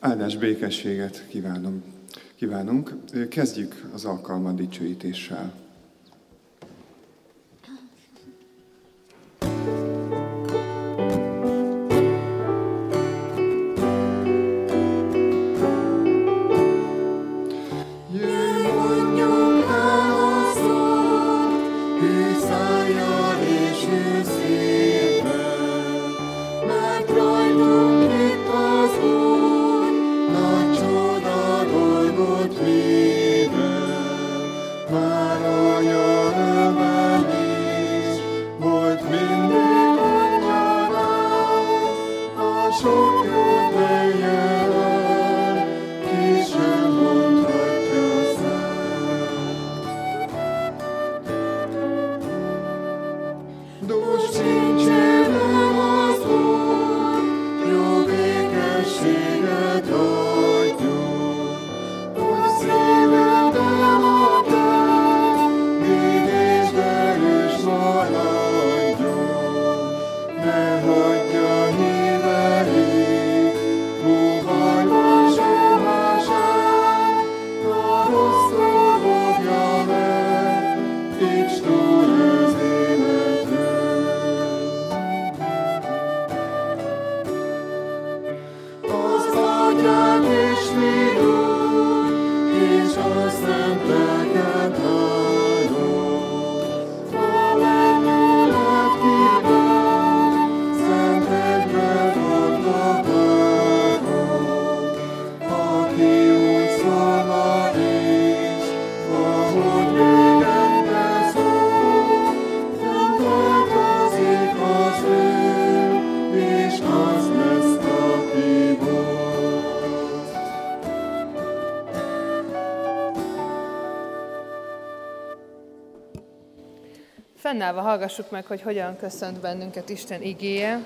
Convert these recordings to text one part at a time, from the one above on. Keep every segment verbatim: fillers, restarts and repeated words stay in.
Áldás, békességet kívánom, kívánunk. Kezdjük az alkalmat dicsőítéssel. Fennállva hallgassuk meg, hogy hogyan köszönt bennünket Isten igéje.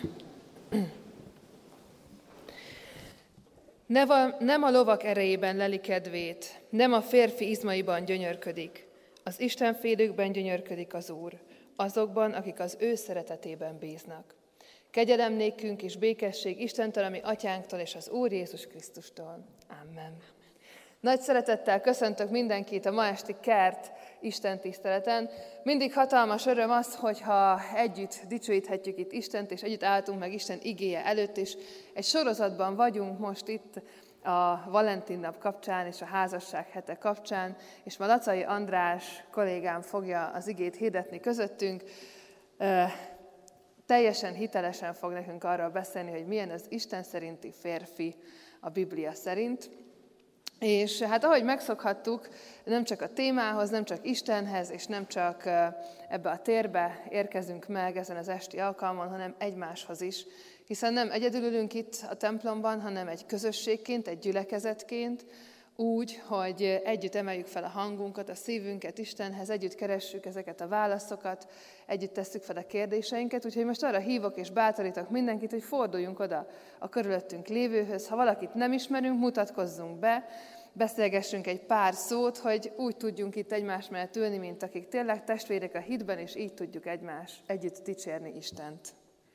Nem a lovak erejében leli kedvét, nem a férfi izmaiban gyönyörködik. Az istenfélőkben gyönyörködik az Úr, azokban, akik az ő szeretetében bíznak. Kegyelem nékünk és békesség Istentől, ami atyánktól és az Úr Jézus Krisztustól. Amen. Nagy szeretettel köszöntök mindenkit a ma esti kert Isten tiszteleten. Mindig hatalmas öröm az, hogyha együtt dicsőíthetjük itt Istent, és együtt álltunk meg Isten igéje előtt, és egy sorozatban vagyunk most itt a Valentin nap kapcsán és a házasság hete kapcsán, és ma Lacai András kollégám fogja az igét hirdetni közöttünk. Teljesen hitelesen fog nekünk arról beszélni, hogy milyen az Isten szerinti férfi a Biblia szerint. És hát ahogy megszokhattuk, nem csak a témához, nem csak Istenhez, és nem csak ebbe a térbe érkezünk meg ezen az esti alkalmon, hanem egymáshoz is. Hiszen nem egyedül ülünk itt a templomban, hanem egy közösségként, egy gyülekezetként, úgy, hogy együtt emeljük fel a hangunkat, a szívünket Istenhez, együtt keressük ezeket a válaszokat, együtt tesszük fel a kérdéseinket. Úgyhogy most arra hívok és bátorítok mindenkit, hogy forduljunk oda a körülöttünk lévőhöz. Ha valakit nem ismerünk, mutatkozzunk be, beszélgessünk egy pár szót, hogy úgy tudjunk itt egymás mellett ülni, mint akik tényleg testvérek a hitben, és így tudjuk egymás együtt dicsérni Istent.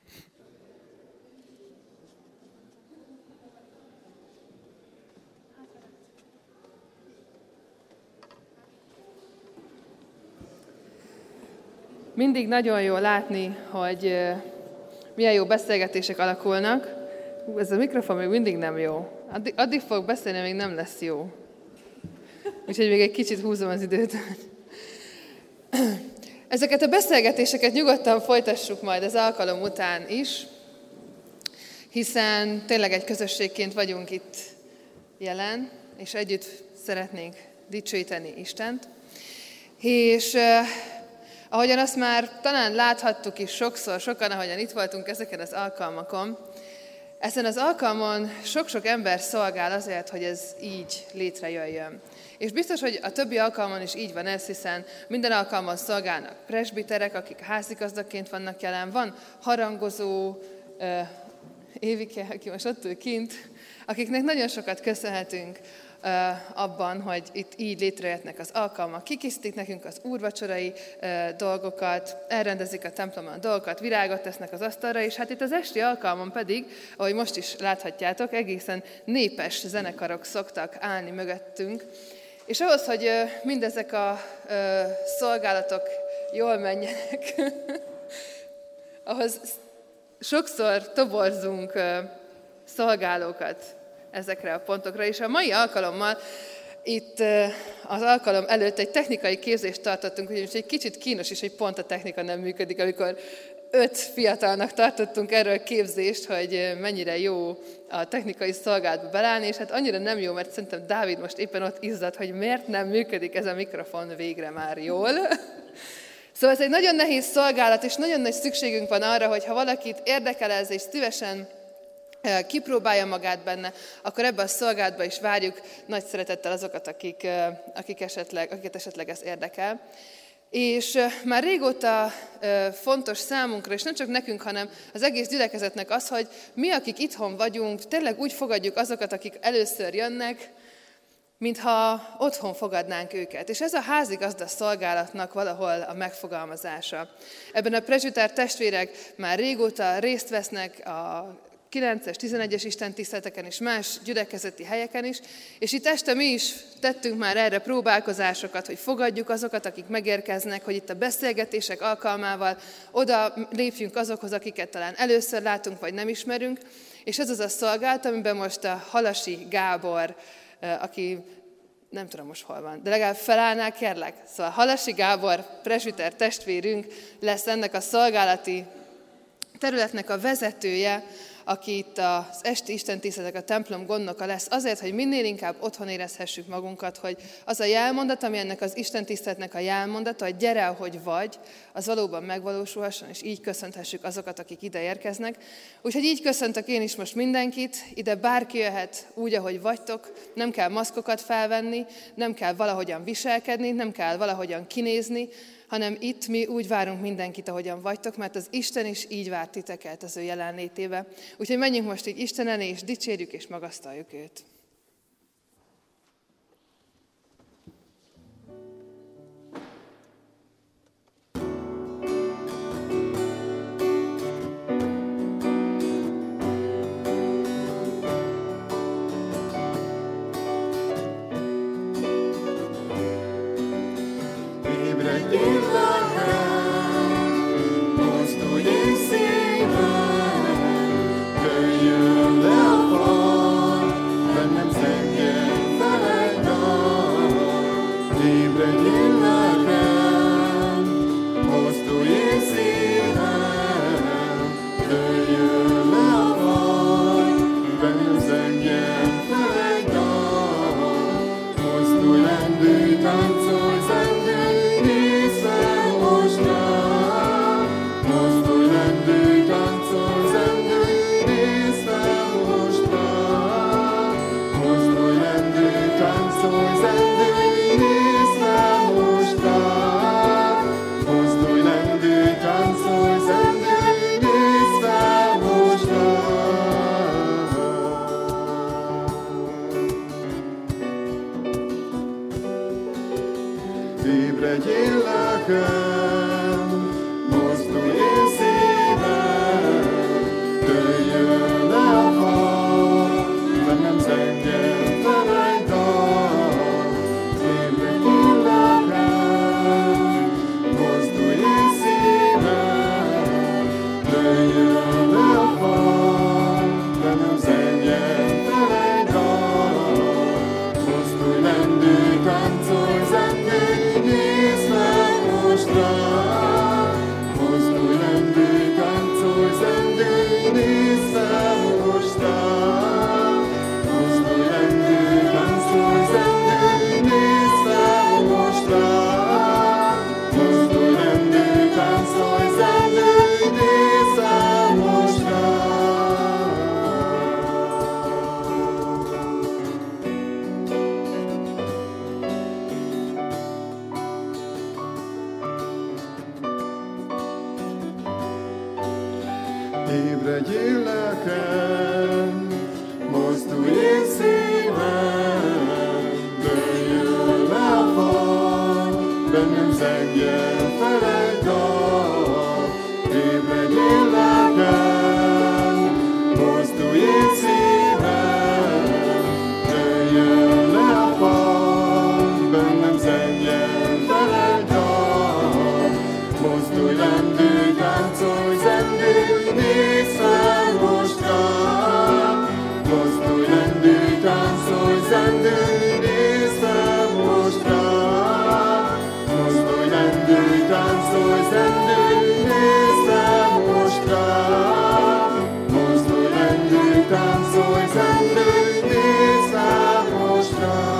Mindig nagyon jó látni, hogy milyen jó beszélgetések alakulnak. Hú, ez a mikrofon még mindig nem jó. Addig, addig fog beszélni, még nem lesz jó. Úgyhogy még egy kicsit húzom az időt. Ezeket a beszélgetéseket nyugodtan folytassuk majd az alkalom után is, hiszen tényleg egy közösségként vagyunk itt jelen, és együtt szeretnénk dicsőíteni Istent. És ahogyan azt már talán láthattuk is sokszor, sokan, ahogyan itt voltunk ezeken az alkalmakon, ezen az alkalmon sok-sok ember szolgál azért, hogy ez így létrejöjjön. És biztos, hogy a többi alkalmon is így van ez, hiszen minden alkalmon szolgálnak presbiterek, akik házigazdaként vannak jelen, van harangozó, Évike, aki most ott ül kint, akiknek nagyon sokat köszönhetünk abban, hogy itt így létrejöttnek az alkalmak, kikészítik nekünk az úrvacsorai dolgokat, elrendezik a templomon a dolgokat, virágot tesznek az asztalra, és hát itt az esti alkalmon pedig, ahogy most is láthatjátok, egészen népes zenekarok szoktak állni mögöttünk, és ahhoz, hogy mindezek a szolgálatok jól menjenek, ahhoz sokszor toborzunk szolgálókat ezekre a pontokra, és a mai alkalommal itt az alkalom előtt egy technikai képzést tartottunk, úgyhogy egy kicsit kínos is, hogy pont a technika nem működik, amikor öt fiatalnak tartottunk erről képzést, hogy mennyire jó a technikai szolgálatba belállni, és hát annyira nem jó, mert szerintem Dávid most éppen ott izzad, hogy miért nem működik ez a mikrofon végre már jól. Szóval ez egy nagyon nehéz szolgálat, és nagyon nagy szükségünk van arra, hogy ha valakit érdekel ez, és szívesen kipróbálja magát benne, akkor ebben a szolgálatban is várjuk nagy szeretettel azokat, akik, akik esetleg, akiket esetleg ez érdekel. És már régóta fontos számunkra, és nem csak nekünk, hanem az egész gyülekezetnek az, hogy mi, akik itthon vagyunk, tényleg úgy fogadjuk azokat, akik először jönnek, mintha otthon fogadnánk őket. És ez a házigazda szolgálatnak valahol a megfogalmazása. Ebben a presbiter testvérek már régóta részt vesznek a kilences, tizenegyes istentiszteleteken és más gyülekezeti helyeken is, és itt este mi is tettünk már erre próbálkozásokat, hogy fogadjuk azokat, akik megérkeznek, hogy itt a beszélgetések alkalmával oda lépjünk azokhoz, akiket talán először látunk, vagy nem ismerünk, és ez az a szolgálat, amiben most a Halasi Gábor, aki nem tudom most hol van, de legalább felállnál, kérlek. Szóval Halasi Gábor, presbiter testvérünk lesz ennek a szolgálati területnek a vezetője, aki itt az esti istentiszteletek, a templom gondnoka lesz, azért, hogy minél inkább otthon érezhessük magunkat, hogy az a jelmondat, ami ennek az istentiszteletnek a jelmondata, hogy gyere, ahogy vagy, az valóban megvalósulhasson, és így köszönthessük azokat, akik ide érkeznek. Úgyhogy így köszöntök én is most mindenkit, ide bárki jöhet úgy, ahogy vagytok, nem kell maszkokat felvenni, nem kell valahogyan viselkedni, nem kell valahogyan kinézni, hanem itt mi úgy várunk mindenkit, ahogyan vagytok, mert az Isten is így vár titeket az ő jelenlétébe. Úgyhogy menjünk most így Isten elé, és dicsérjük és magasztaljuk őt. Táncolj, zengődj, nézd meg most rám! Mozdulj, lendülj, táncolj, zendülj, nézz fel most rám. Mozdulj, lendülj, táncolj, zendülj, nézz fel most rám. Mozdulj, lendülj, táncolj, zendülj, nézz fel most rám.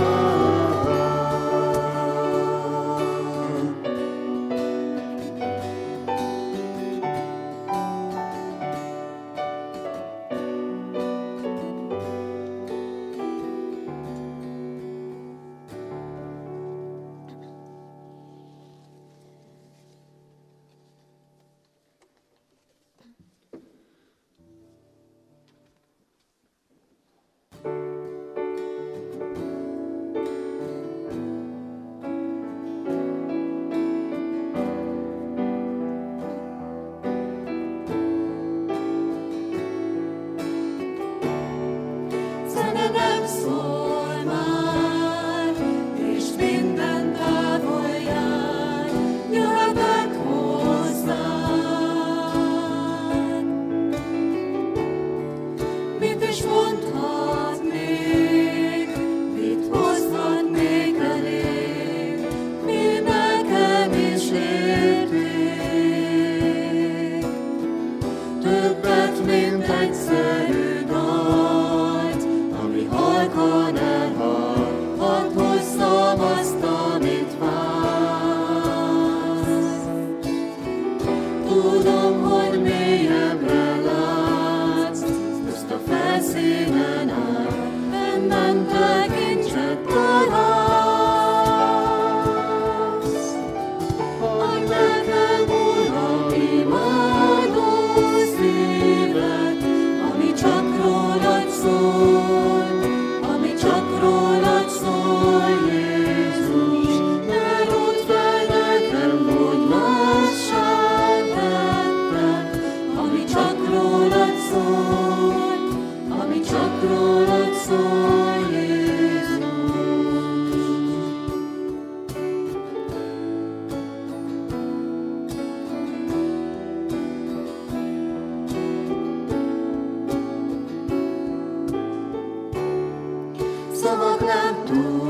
Szavak nem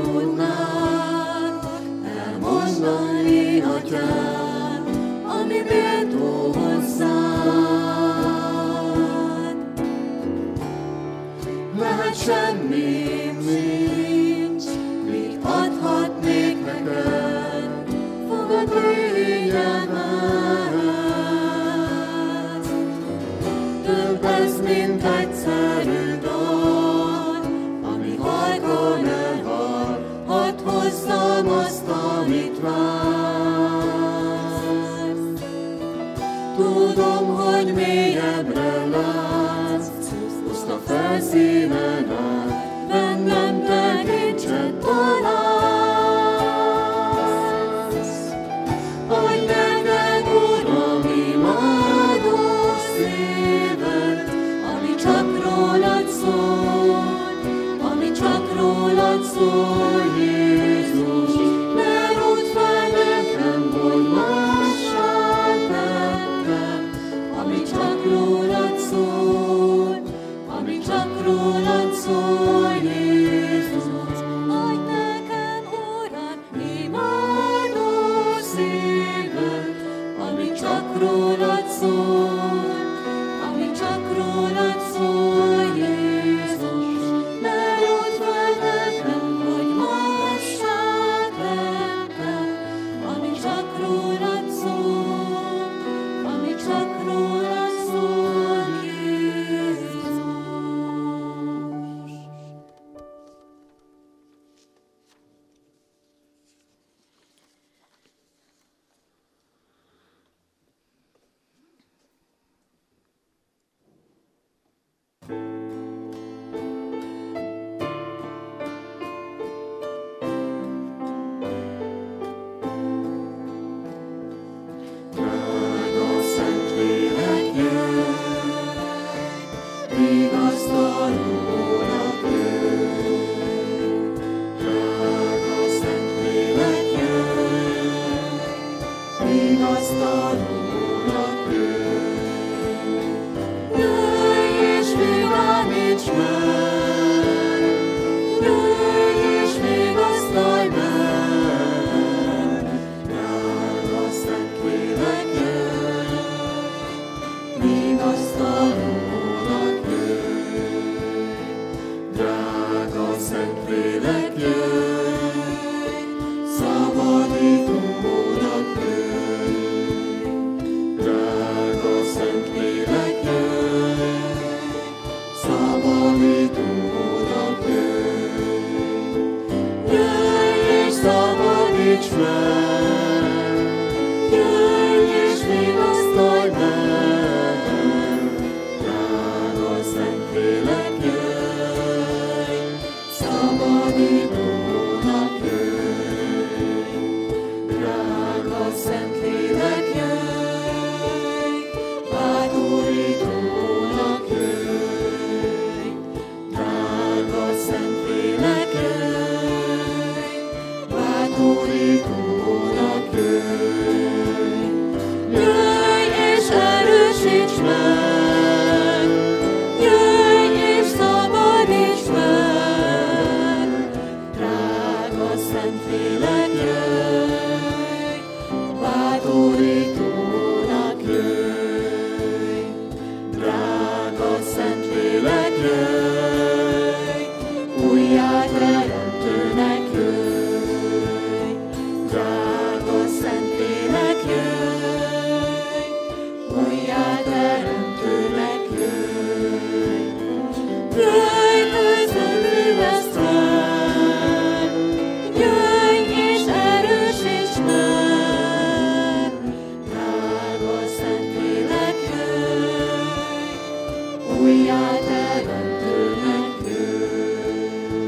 tudnák elmondani, Atyám, ami méltó hozzád. Lehet semmi nincs, mit adhatnék neked, fogad lényemet. Több ez, mint egyszerű dal, ami halkan elhal, hadd hozzam azt, amit vársz. Tudom, hogy mélyebbre látsz, puszta felszínen át, bennem tekintsed találsz. Adj neked, Uram, imádó szívet, ami csak rólad szól, ami csak rólad szól, Jézus. Ne rúdd fel nekem, hogy mássá tettem, ami csak rólad szól, ami csak rólad szól. Szentlélek, jöjj, szabadítónak jöjj. Drága Szentlélek, jöjj, szabadítónak jöjj. Jöjj és szabadíts meg, jöjj és vigasztalj meg. Drága Szentlélek, jöjj, szabadítónak jöjj. Drága Szentlélek, jöjj, bátorítónak jöjj. Drága Szentlélek, jöjj, bátorítónak jöjj. Jöjj és erősíts meg, jöjj és szabadíts meg. Drága Szentlélek, jöjj, bátorítónak jöjj. Drága Szentlélek, jöjj, újjáteremtőnek jöjj. Drága Szentlélek, jöjj, újjáteremtőnek jöjj. Jöjj, közben műveszd meg, jöjj és erősíts meg. Drága Szentlélek, jöjj, újjáteremtőnek jöjj.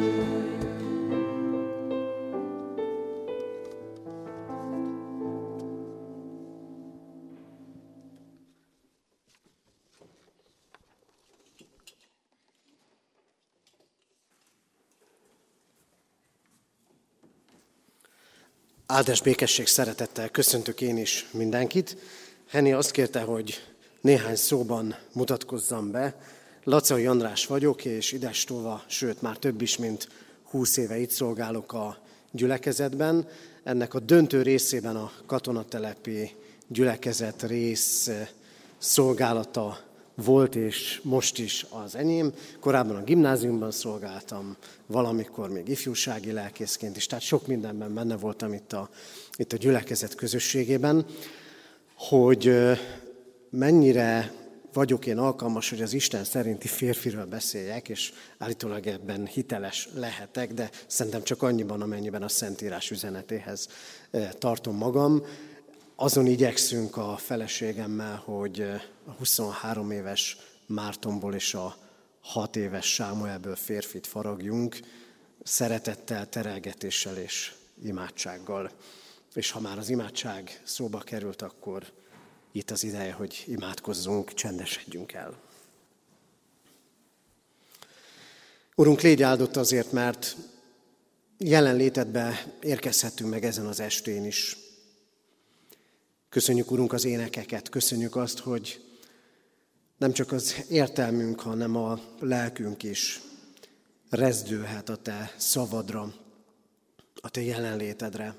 Áldás békesség, szeretettel köszöntök én is mindenkit. Henny azt kérte, hogy néhány szóban mutatkozzam be. Lacai András vagyok, és idestova, sőt már több is, mint húsz éve itt szolgálok a gyülekezetben. Ennek a döntő részében a katonatelepi gyülekezet rész szolgálata volt, és most is az enyém. Korábban a gimnáziumban szolgáltam, valamikor még ifjúsági lelkészként is, tehát sok mindenben benne voltam itt a, itt a gyülekezet közösségében, hogy mennyire vagyok én alkalmas, hogy az Isten szerinti férfiről beszéljek, és állítólag ebben hiteles lehetek, de szerintem csak annyiban, amennyiben a Szentírás üzenetéhez tartom magam. Azon igyekszünk a feleségemmel, hogy a huszonhárom éves Mártonból és a hat éves Sámuelből férfit faragjunk, szeretettel, terelgetéssel és imádsággal. És ha már az imádság szóba került, akkor itt az ideje, hogy imádkozzunk, csendesedjünk el. Urunk, légy áldott azért, mert jelenlétedbe érkezhetünk meg ezen az estén is. Köszönjük, Urunk, az énekeket, köszönjük azt, hogy nem csak az értelmünk, hanem a lelkünk is rezdülhet a Te szavadra, a Te jelenlétedre.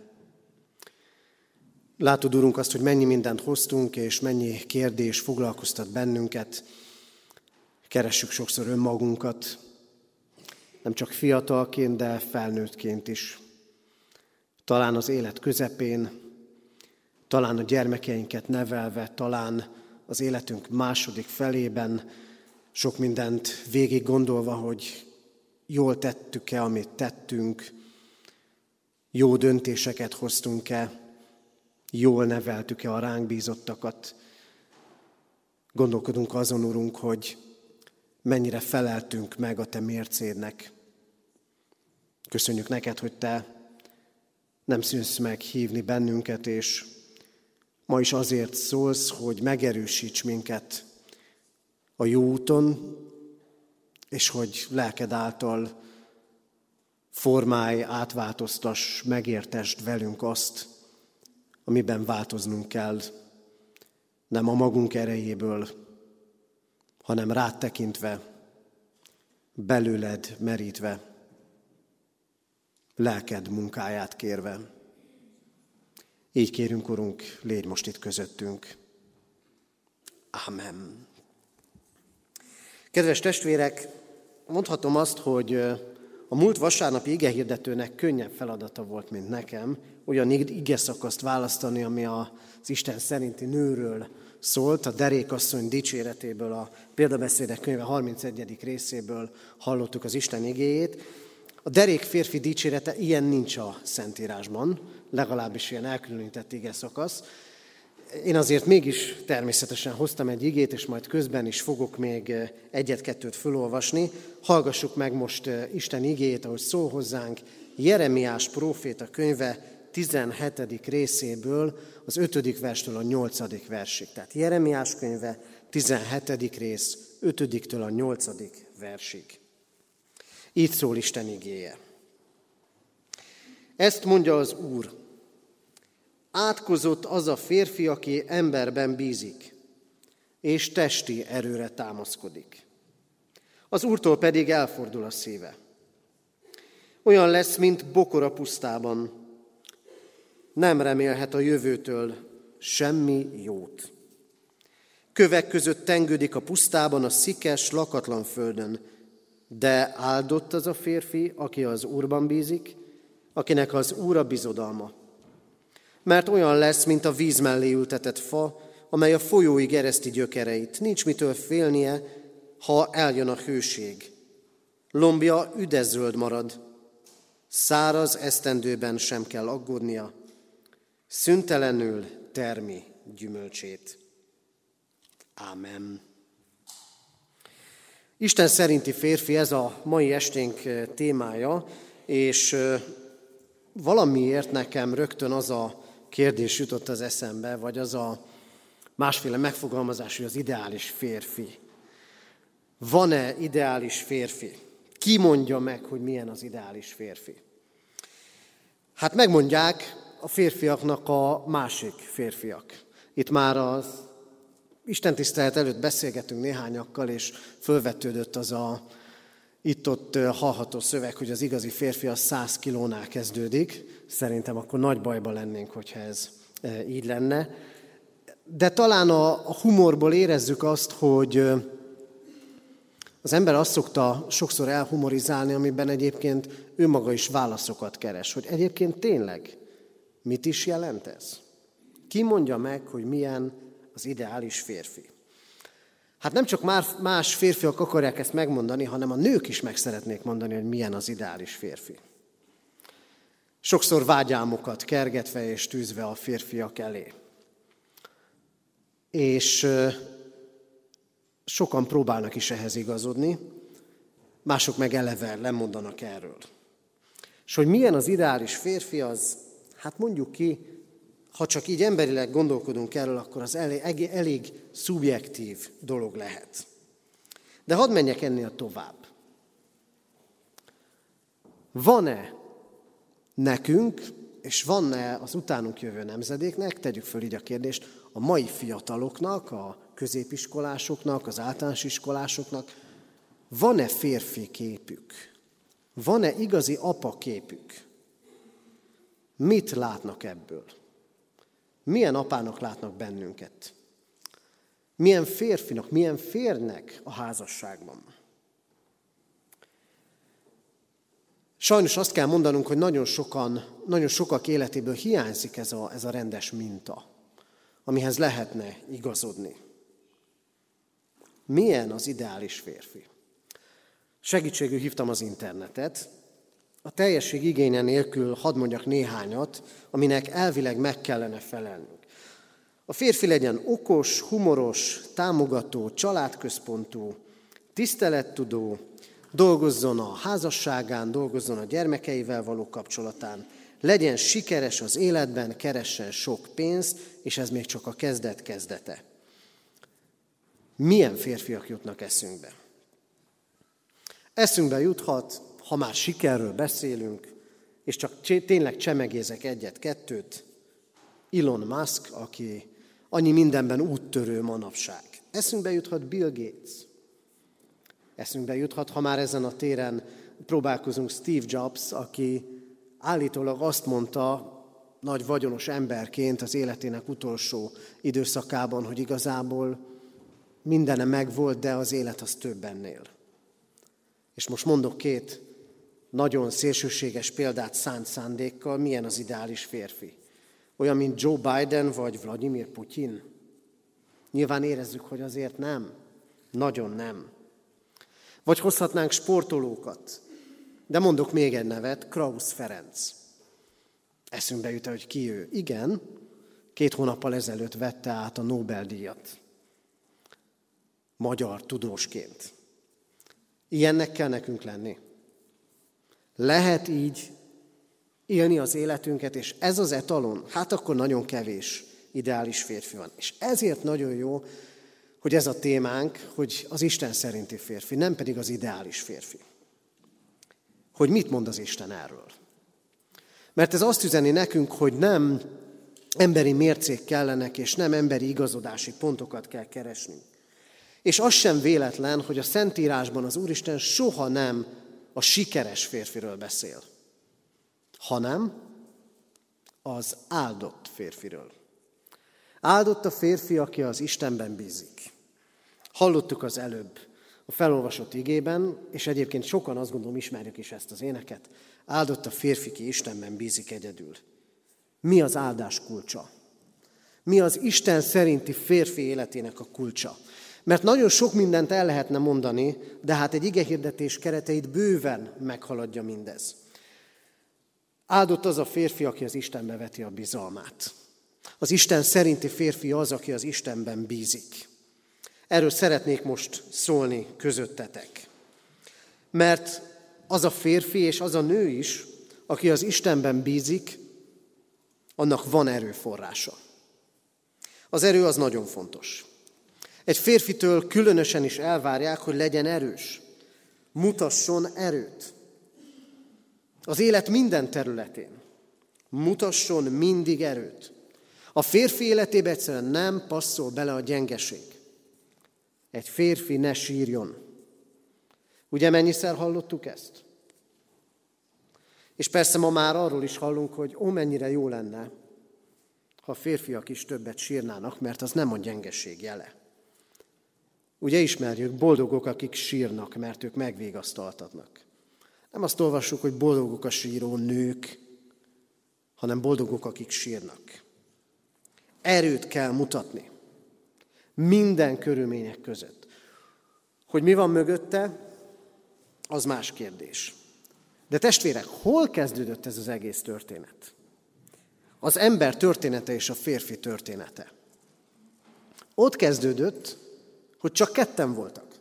Látod, Urunk, azt, hogy mennyi mindent hoztunk, és mennyi kérdés foglalkoztat bennünket. Keressük sokszor önmagunkat, nem csak fiatalként, de felnőttként is. Talán az élet közepén, talán a gyermekeinket nevelve, talán az életünk második felében, sok mindent végig gondolva, hogy jól tettük-e, amit tettünk, jó döntéseket hoztunk-e, jól neveltük-e a ránk bízottakat. Gondolkodunk azon, Urunk, hogy mennyire feleltünk meg a Te mércédnek. Köszönjük neked, hogy Te nem szűnsz meg hívni bennünket, és ma is azért szólsz, hogy megerősíts minket a jó úton, és hogy lelked által formálj, átváltoztass, megértesd velünk azt, amiben változnunk kell, nem a magunk erejéből, hanem rád tekintve, belőled merítve, lelked munkáját kérve. Így kérünk, Urunk, légy most itt közöttünk. Ámen. Kedves testvérek, mondhatom azt, hogy A múlt vasárnapi igehirdetőnek könnyebb feladata volt, mint nekem, olyan igeszakaszt választani, ami az Isten szerinti nőről szólt, a derékasszony dicséretéből, a Példabeszédek könyve harmincegyedik részéből hallottuk az Isten igéjét. A derék férfi dicsérete, ilyen nincs a Szentírásban, legalábbis ilyen elkülönített igeszakasz. Én azért mégis természetesen hoztam egy igét, és majd közben is fogok még egyet-kettőt fölolvasni. Hallgassuk meg most Isten igéjét, ahogy szól hozzánk, Jeremiás próféta könyve tizenhetedik részéből, az ötödik verstől a nyolcadik versig. Tehát Jeremiás könyve tizenhetedik rész, ötödiktől a nyolcadik versig. Így szól Isten igéje. Ezt mondja az Úr: átkozott az a férfi, aki emberben bízik, és testi erőre támaszkodik. Az Úrtól pedig elfordul a szíve. Olyan lesz, mint bokor a pusztában. Nem remélhet a jövőtől semmi jót. Kövek között tengődik a pusztában, a szikes, lakatlan földön. De áldott az a férfi, aki az Úrban bízik, akinek az Úr a bizodalma. Mert olyan lesz, mint a víz mellé ültetett fa, amely a folyóig ereszti gyökereit. Nincs mitől félnie, ha eljön a hőség. Lombja üdezöld marad, száraz esztendőben sem kell aggódnia, szüntelenül termi gyümölcsét. Ámen. Isten szerinti férfi, ez a mai esténk témája, és valamiért nekem rögtön az a kérdés jutott az eszembe, vagy az a másféle megfogalmazás, hogy az ideális férfi. Van-e ideális férfi? Ki mondja meg, hogy milyen az ideális férfi? Hát megmondják a férfiaknak a másik férfiak. Itt már az istentisztelet előtt beszélgetünk néhányakkal, és fölvetődött az a itt-ott hallható szöveg, hogy az igazi férfi a száz kilónál kezdődik. Szerintem akkor nagy bajba lennénk, hogyha ez így lenne. De talán a humorból érezzük azt, hogy az ember azt szokta sokszor elhumorizálni, amiben egyébként ő maga is válaszokat keres. Hogy egyébként tényleg mit is jelent ez? Ki mondja meg, hogy milyen az ideális férfi? Hát nem csak más férfiak akarják ezt megmondani, hanem a nők is meg szeretnék mondani, hogy milyen az ideális férfi. Sokszor vágyálmokat kergetve és tűzve a férfiak elé. És sokan próbálnak is ehhez igazodni, mások meg eleve lemondanak erről. És hogy milyen az ideális férfi, az, hát mondjuk ki, ha csak így emberileg gondolkodunk erről, akkor az elég, elég szubjektív dolog lehet. De hadd menjek ennél tovább. Van-e nekünk, és van-e az utánunk jövő nemzedéknek, tegyük föl így a kérdést, a mai fiataloknak, a középiskolásoknak, az általános iskolásoknak, van-e férfi képük? Van-e igazi apa képük? Mit látnak ebből? Milyen apának látnak bennünket? Milyen férfinak, milyen férnek a házasságban? Sajnos azt kell mondanunk, hogy nagyon sokan, nagyon sokak életéből hiányzik ez a, ez a rendes minta, amihez lehetne igazodni. Milyen az ideális férfi? Segítségül hívtam az internetet. A teljesség igénye nélkül hadd mondjak néhányat, aminek elvileg meg kellene felelnünk. A férfi legyen okos, humoros, támogató, családközpontú, tisztelettudó, dolgozzon a házasságán, dolgozzon a gyermekeivel való kapcsolatán, legyen sikeres az életben, keressen sok pénzt, és ez még csak a kezdet kezdete. Milyen férfiak jutnak eszünkbe? Eszünkbe juthat, ha már sikerről beszélünk, és csak tényleg csemegézek egyet-kettőt, Elon Musk, aki annyi mindenben úttörő manapság. Eszünkbe juthat Bill Gates. Eszünkbe juthat, ha már ezen a téren próbálkozunk, Steve Jobs, aki állítólag azt mondta nagy vagyonos emberként az életének utolsó időszakában, hogy igazából mindene megvolt, de az élet az több ennél. És most mondok két nagyon szélsőséges példát szánt szándékkal, milyen az ideális férfi? Olyan, mint Joe Biden vagy Vladimir Putyin? Nyilván érezzük, hogy azért nem. Nagyon nem. Vagy hozhatnánk sportolókat. De mondok még egy nevet, Krausz Ferenc. Eszünkbe jut, hogy ki ő. Igen, két hónappal ezelőtt vette át a Nobel-díjat. Magyar tudósként. Ilyennek kell nekünk lenni. Lehet így élni az életünket, és ez az etalon, hát akkor nagyon kevés ideális férfi van. És ezért nagyon jó, hogy ez a témánk, hogy az Isten szerinti férfi, nem pedig az ideális férfi. Hogy mit mond az Isten erről? Mert ez azt üzeni nekünk, hogy nem emberi mércék kellenek, és nem emberi igazodási pontokat kell keresnünk. És az sem véletlen, hogy a Szentírásban az Úristen soha nem a sikeres férfiről beszél, hanem az áldott férfiről. Áldott a férfi, aki az Istenben bízik. Hallottuk az előbb a felolvasott igében, és egyébként sokan azt gondolom ismerjük is ezt az éneket. Áldott a férfi, ki Istenben bízik egyedül. Mi az áldás kulcsa? Mi az Isten szerinti férfi életének a kulcsa? Mert nagyon sok mindent el lehetne mondani, de hát egy igehirdetés kereteit bőven meghaladja mindez. Áldott az a férfi, aki az Istenbe veti a bizalmát. Az Isten szerinti férfi az, aki az Istenben bízik. Erről szeretnék most szólni közöttetek. Mert az a férfi és az a nő is, aki az Istenben bízik, annak van erőforrása. Az erő az nagyon fontos. Egy férfitől különösen is elvárják, hogy legyen erős, mutasson erőt. Az élet minden területén mutasson mindig erőt. A férfi életébe egyszerűen nem passzol bele a gyengeség. Egy férfi ne sírjon. Ugye mennyiszer hallottuk ezt? És persze ma már arról is hallunk, hogy ó, mennyire jó lenne, ha a férfiak is többet sírnának, mert az nem a gyengeség jele. Ugye ismerjük, boldogok, akik sírnak, mert ők megvégasztaltatnak. Nem azt olvassuk, hogy boldogok a síró nők, hanem boldogok, akik sírnak. Erőt kell mutatni. Minden körülmények között. Hogy mi van mögötte, az más kérdés. De testvérek, hol kezdődött ez az egész történet? Az ember története és a férfi története. Ott kezdődött, hogy csak ketten voltak.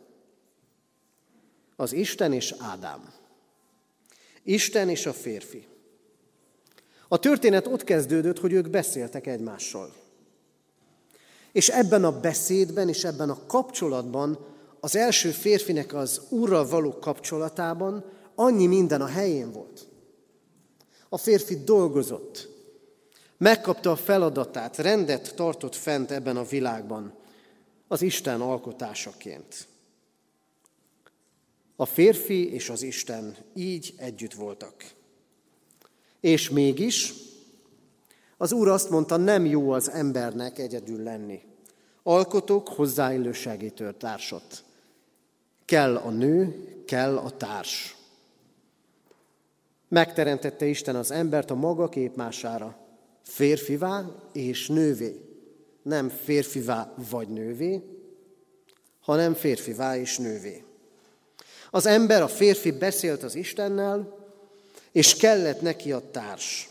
Az Isten és Ádám. Isten és a férfi. A történet ott kezdődött, hogy ők beszéltek egymással. És ebben a beszédben és ebben a kapcsolatban, az első férfinek az Úrral való kapcsolatában annyi minden a helyén volt. A férfi dolgozott, megkapta a feladatát, rendet tartott fent ebben a világban, az Isten alkotásaként. A férfi és az Isten így együtt voltak. És mégis az Úr azt mondta, nem jó az embernek egyedül lenni. Alkotok hozzáillő segítőtársat. Kell a nő, kell a társ. Megteremtette Isten az embert a maga képmására, férfivá és nővé. Nem férfivá vagy nővé, hanem férfivá és nővé. Az ember, a férfi beszélt az Istennel, és kellett neki a társ.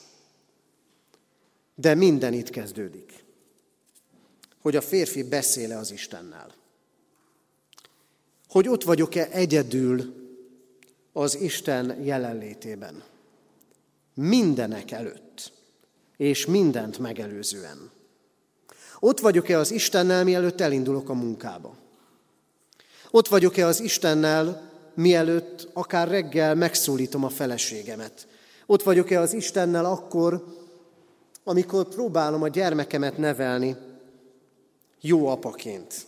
De minden itt kezdődik, hogy a férfi beszéle az Istennel. Hogy ott vagyok-e egyedül az Isten jelenlétében. Mindenek előtt, és mindent megelőzően. Ott vagyok-e az Istennel, mielőtt elindulok a munkába. Ott vagyok-e az Istennel, mielőtt akár reggel megszólítom a feleségemet. Ott vagyok-e az Istennel akkor, amikor próbálom a gyermekemet nevelni jó apaként.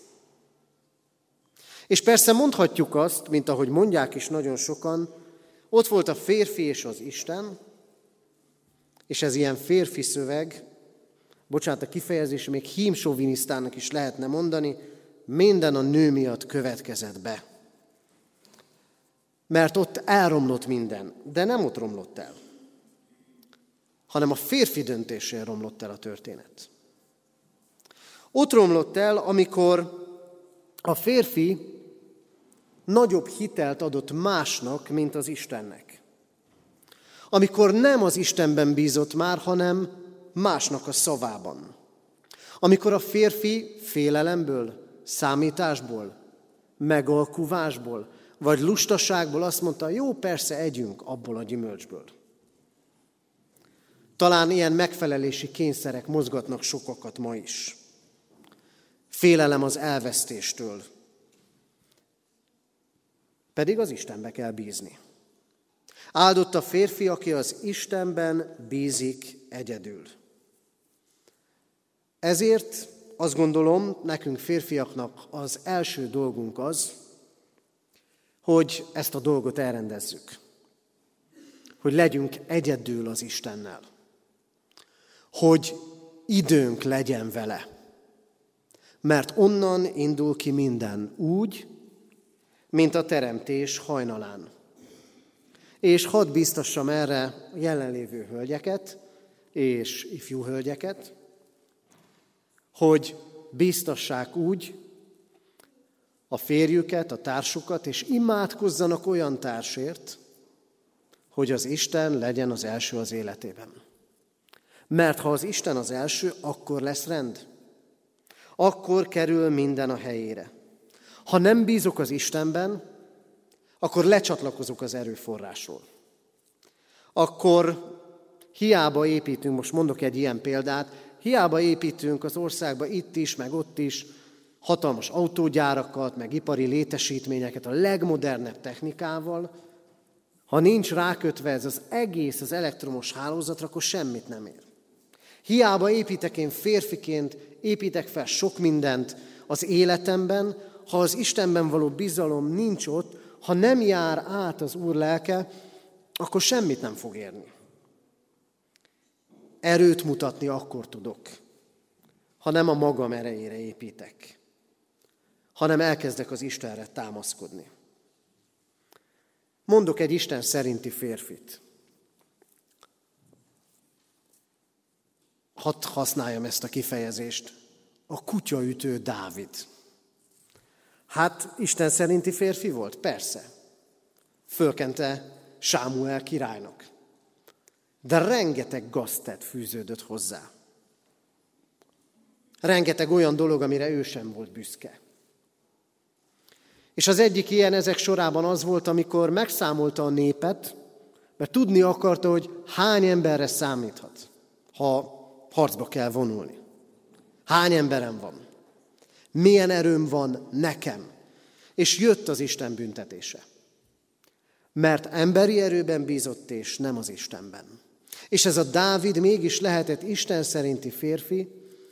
És persze mondhatjuk azt, mint ahogy mondják is nagyon sokan, ott volt a férfi és az Isten, és ez ilyen férfi szöveg, bocsánat a kifejezés, még hímsovinisztának is lehetne mondani, minden a nő miatt következett be. mert ott elromlott minden, de nem ott romlott el, hanem a férfi döntésén romlott el a történet. Ott romlott el, amikor a férfi nagyobb hitelt adott másnak, mint az Istennek. Amikor nem az Istenben bízott már, hanem másnak a szavában. Amikor a férfi félelemből, számításból, megalkuvásból, vagy lustaságból azt mondta, jó, persze együnk abból a gyümölcsből. Talán ilyen megfelelési kényszerek mozgatnak sokakat ma is. Félelem az elvesztéstől. Pedig az Istenbe kell bízni. Áldott a férfi, aki az Istenben bízik egyedül. Ezért azt gondolom, nekünk férfiaknak az első dolgunk az, hogy ezt a dolgot elrendezzük. Hogy legyünk egyedül az Istennel. Hogy időnk legyen vele. Mert onnan indul ki minden úgy, mint a teremtés hajnalán. És hadd biztassam erre jelenlévő hölgyeket és ifjú hölgyeket, hogy biztassák úgy a férjüket, a társukat, és imádkozzanak olyan társért, hogy az Isten legyen az első az életében. Mert ha az Isten az első, akkor lesz rend. Akkor kerül minden a helyére. Ha nem bízok az Istenben, akkor lecsatlakozok az erőforrásról. Akkor hiába építünk, most mondok egy ilyen példát, hiába építünk az országba itt is, meg ott is, hatalmas autógyárakat, meg ipari létesítményeket a legmodernebb technikával, ha nincs rákötve ez az egész az elektromos hálózatra, akkor semmit nem ér. Hiába építek én férfiként, építek fel sok mindent az életemben, ha az Istenben való bizalom nincs ott, ha nem jár át az Úr lelke, akkor semmit nem fog érni. Erőt mutatni akkor tudok, ha nem a magam erejére építek, hanem elkezdek az Istenre támaszkodni. Mondok egy Isten szerinti férfit. Hadd használjam ezt a kifejezést. A kutyaütő Dávid. Hát Isten szerinti férfi volt? Persze. Fölkente Sámuel királynak. De rengeteg gaztet fűződött hozzá. Rengeteg olyan dolog, amire ő sem volt büszke. És az egyik ilyen ezek sorában az volt, amikor megszámolta a népet, mert tudni akarta, hogy hány emberre számíthat, ha harcba kell vonulni. Hány emberem van? Milyen erőm van nekem? És jött az Isten büntetése. Mert emberi erőben bízott, és nem az Istenben. És ez a Dávid mégis lehetett Isten szerinti férfi,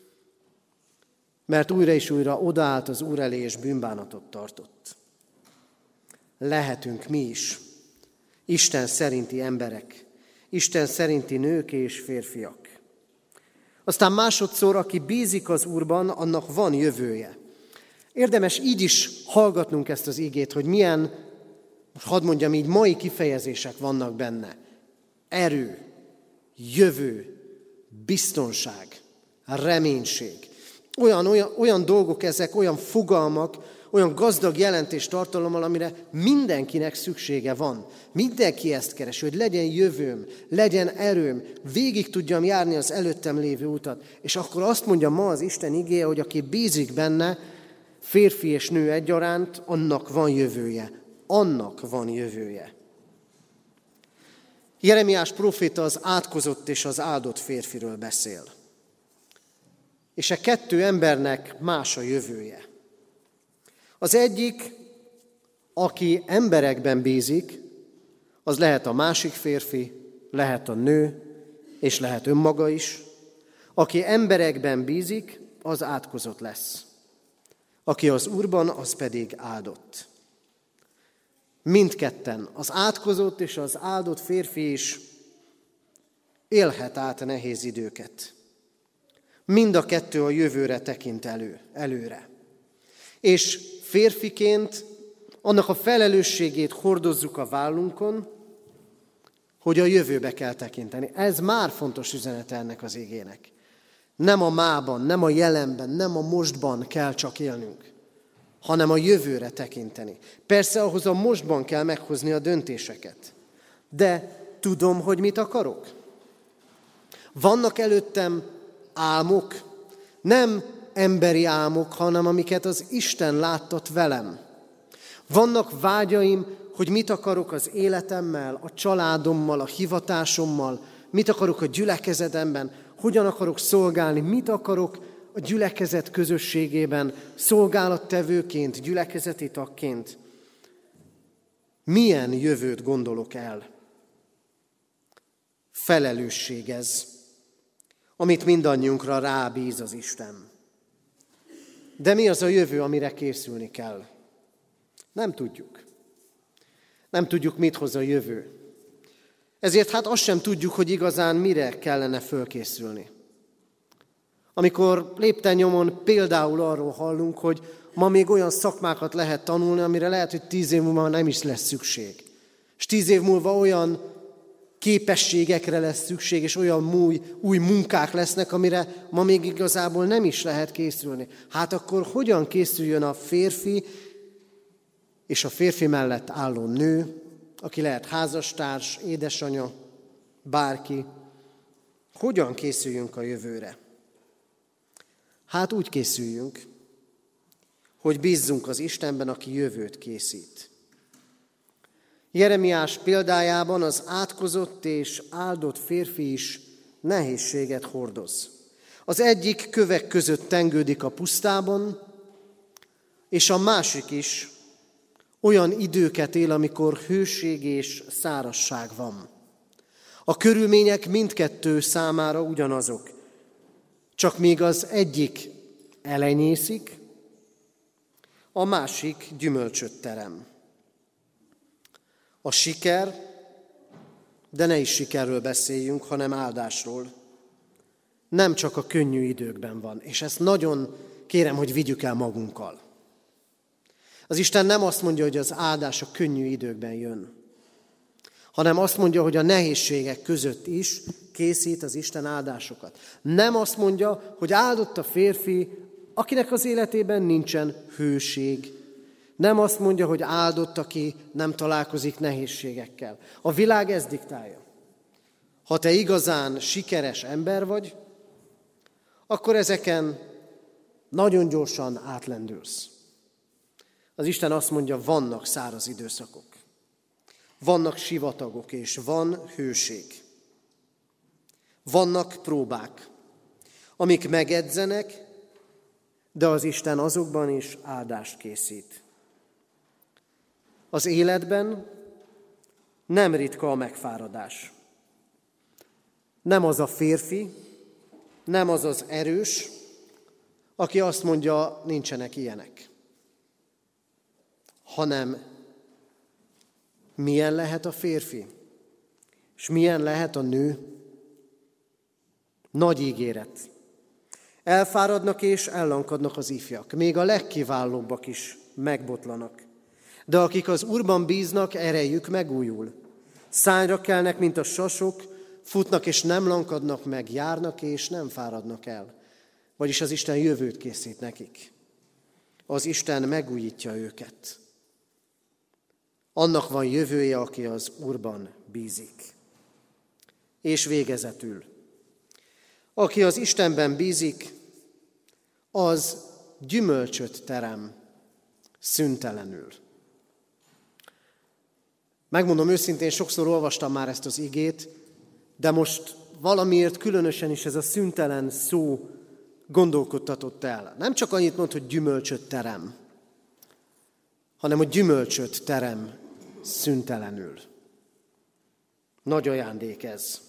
mert újra és újra odaállt az Úr elé, és bűnbánatot tartott. Lehetünk mi is Isten szerinti emberek, Isten szerinti nők és férfiak. Aztán másodszor, aki bízik az Úrban, annak van jövője. Érdemes így is hallgatnunk ezt az igét, hogy milyen, hadd mondjam így, mai kifejezések vannak benne. Erő, jövő, biztonság, reménység. Olyan, olyan, olyan dolgok ezek, olyan fogalmak, olyan gazdag jelentéstartalommal, amire mindenkinek szüksége van. Mindenki ezt keresi, hogy legyen jövőm, legyen erőm, végig tudjam járni az előttem lévő utat. És akkor azt mondja ma az Isten igéje, hogy aki bízik benne, férfi és nő egyaránt, annak van jövője. Annak van jövője. Jeremiás próféta az átkozott és az áldott férfiről beszél. És e kettő embernek más a jövője. Az egyik, aki emberekben bízik, az lehet a másik férfi, lehet a nő, és lehet önmaga is. Aki emberekben bízik, az átkozott lesz. Aki az Úrban, az pedig áldott. Mindketten, az átkozott és az áldott férfi is élhet át a nehéz időket. Mind a kettő a jövőre tekint elő, előre. És férfiként annak a felelősségét hordozzuk a vállunkon, hogy a jövőbe kell tekinteni. Ez már fontos üzenete ennek az igének. Nem a mában, nem a jelenben, nem a mostban kell csak élnünk, hanem a jövőre tekinteni. Persze ahhoz a mostban kell meghozni a döntéseket. De tudom, hogy mit akarok. Vannak előttem álmok, nem emberi álmok, hanem amiket az Isten láttat velem. Vannak vágyaim, hogy mit akarok az életemmel, a családommal, a hivatásommal, mit akarok a gyülekezetemben, hogyan akarok szolgálni, mit akarok a gyülekezet közösségében, szolgálattevőként, gyülekezeti tagként. Milyen jövőt gondolok el? Felelősség ez, amit mindannyiunkra rábíz az Isten. De mi az a jövő, amire készülni kell? Nem tudjuk. Nem tudjuk, mit hoz a jövő. Ezért hát azt sem tudjuk, hogy igazán mire kellene fölkészülni. Amikor lépten nyomon például arról hallunk, hogy ma még olyan szakmákat lehet tanulni, amire lehet, hogy tíz év múlva nem is lesz szükség. És tíz év múlva olyan képességekre lesz szükség, és olyan új, új munkák lesznek, amire ma még igazából nem is lehet készülni. Hát akkor hogyan készüljön a férfi és a férfi mellett álló nő, aki lehet házastárs, édesanya, bárki, hogyan készüljünk a jövőre? Hát úgy készüljünk, hogy bízzunk az Istenben, aki jövőt készít. Jeremiás példájában az átkozott és áldott férfi is nehézséget hordoz. Az egyik kövek között tengődik a pusztában, és a másik is olyan időket él, amikor hőség és szárazság van. A körülmények mindkettő számára ugyanazok, csak még az egyik elenyészik, a másik gyümölcsöt terem. A siker, de ne is sikerről beszéljünk, hanem áldásról, nem csak a könnyű időkben van, és ezt nagyon kérem, hogy vigyük el magunkkal. Az Isten nem azt mondja, hogy az áldás a könnyű időkben jön, hanem azt mondja, hogy a nehézségek között is készít az Isten áldásokat. Nem azt mondja, hogy áldott a férfi, akinek az életében nincsen hőség. Nem azt mondja, hogy áldott, aki nem találkozik nehézségekkel. A világ ezt diktálja. Ha te igazán sikeres ember vagy, akkor ezeken nagyon gyorsan átlendülsz. Az Isten azt mondja, vannak száraz időszakok, vannak sivatagok, és van hőség. Vannak próbák, amik megedzenek, de az Isten azokban is áldást készít. Az életben nem ritka a megfáradás. Nem az a férfi, nem az az erős, aki azt mondja, nincsenek ilyenek. Hanem milyen lehet a férfi, és milyen lehet a nő? Nagy ígéret. Elfáradnak és ellankadnak az ifjak, még a legkiválóbbak is megbotlanak. De akik az Úrban bíznak, erejük megújul. Szányra kelnek, mint a sasok, futnak és nem lankadnak meg, járnak és nem fáradnak el. Vagyis az Isten jövőt készít nekik. Az Isten megújítja őket. Annak van jövője, aki az Úrban bízik. És végezetül, aki az Istenben bízik, az gyümölcsöt terem szüntelenül. Megmondom őszintén, sokszor olvastam már ezt az igét, de most valamiért különösen is ez a szüntelen szó gondolkodtatott el. Nem csak annyit mond, hogy gyümölcsöt terem, hanem hogy gyümölcsöt terem szüntelenül. Nagy ajándék ez.